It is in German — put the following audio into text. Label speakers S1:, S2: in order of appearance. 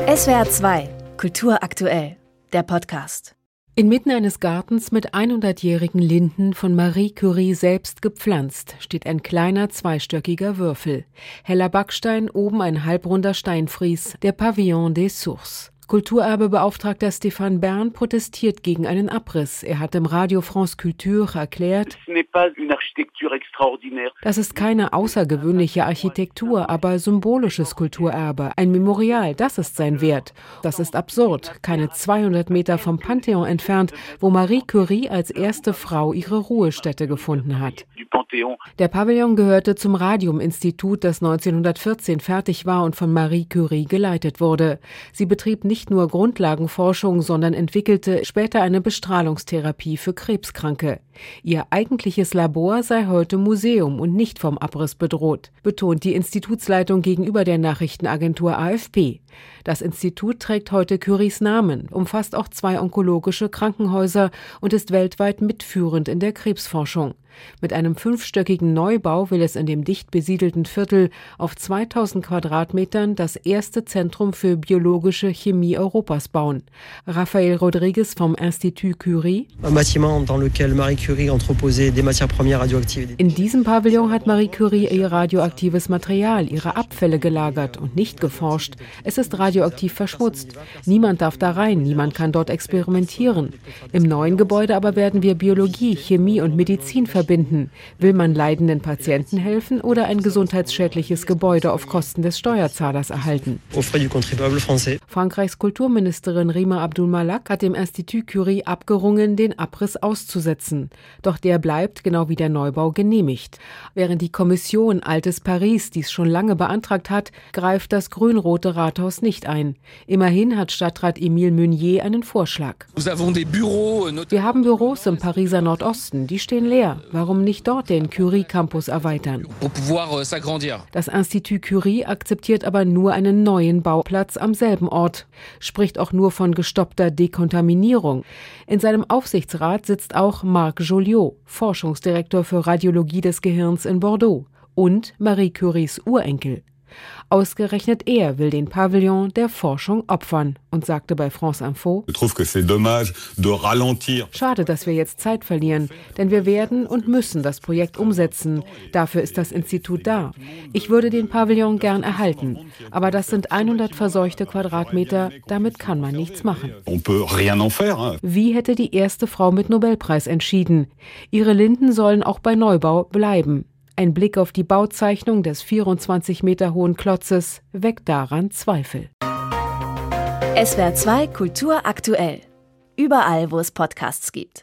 S1: SWR 2, Kultur aktuell, der Podcast.
S2: Inmitten eines Gartens mit 100-jährigen Linden von Marie Curie selbst gepflanzt, steht ein kleiner zweistöckiger Würfel. Heller Backstein, oben ein halbrunder Steinfries, der Pavillon des Sources. Kulturerbebeauftragter Stéphane Bern protestiert gegen einen Abriss. Er hat im Radio France Culture erklärt, das ist keine außergewöhnliche Architektur, aber symbolisches Kulturerbe. Ein Memorial, das ist sein Wert. Das ist absurd. Keine 200 Meter vom Pantheon entfernt, wo Marie Curie als erste Frau ihre Ruhestätte gefunden hat. Der Pavillon gehörte zum Radium-Institut, das 1914 fertig war und von Marie Curie geleitet wurde. Sie betrieb nicht nur Grundlagenforschung, sondern entwickelte später eine Bestrahlungstherapie für Krebskranke. Ihr eigentliches Labor sei heute Museum und nicht vom Abriss bedroht, betont die Institutsleitung gegenüber der Nachrichtenagentur AFP. Das Institut trägt heute Curies Namen, umfasst auch 2 onkologische Krankenhäuser und ist weltweit mitführend in der Krebsforschung. Mit einem 5-stöckigen Neubau will es in dem dicht besiedelten Viertel auf 2000 Quadratmetern das erste Zentrum für biologische Chemie Europas bauen. Raphael Rodriguez vom Institut Curie. In diesem Pavillon hat Marie Curie ihr radioaktives Material, ihre Abfälle gelagert und nicht geforscht. Es ist radioaktiv verschmutzt. Niemand darf da rein, niemand kann dort experimentieren. Im neuen Gebäude aber werden wir Biologie, Chemie und Medizin verbinden. Will man leidenden Patienten helfen oder ein gesundheitsschädliches Gebäude auf Kosten des Steuerzahlers erhalten? Frankreichs Kulturministerin Rima Abdul-Malak hat dem Institut Curie abgerungen, den Abriss auszusetzen. Doch der bleibt, genau wie der Neubau, genehmigt. Während die Kommission Altes Paris dies schon lange beantragt hat, greift das grün-rote Rathaus nicht ein. Immerhin hat Stadtrat Émile Meunier einen Vorschlag. Wir haben Büros im Pariser Nordosten, die stehen leer. Warum nicht dort den Curie-Campus erweitern? Das Institut Curie akzeptiert aber nur einen neuen Bauplatz am selben Ort, spricht auch nur von gestoppter Dekontaminierung. In seinem Aufsichtsrat sitzt auch Marc Joliot, Forschungsdirektor für Radiologie des Gehirns in Bordeaux, und Marie Curies Urenkel. Ausgerechnet er will den Pavillon der Forschung opfern und sagte bei France Info: Schade, dass wir jetzt Zeit verlieren, denn wir werden und müssen das Projekt umsetzen. Dafür ist das Institut da. Ich würde den Pavillon gern erhalten, aber das sind 100 verseuchte Quadratmeter, damit kann man nichts machen. Wie hätte die erste Frau mit Nobelpreis entschieden? Ihre Linden sollen auch bei Neubau bleiben. Ein Blick auf die Bauzeichnung des 24 Meter hohen Klotzes weckt daran Zweifel.
S1: SWR 2 Kultur aktuell. Überall, wo es Podcasts gibt.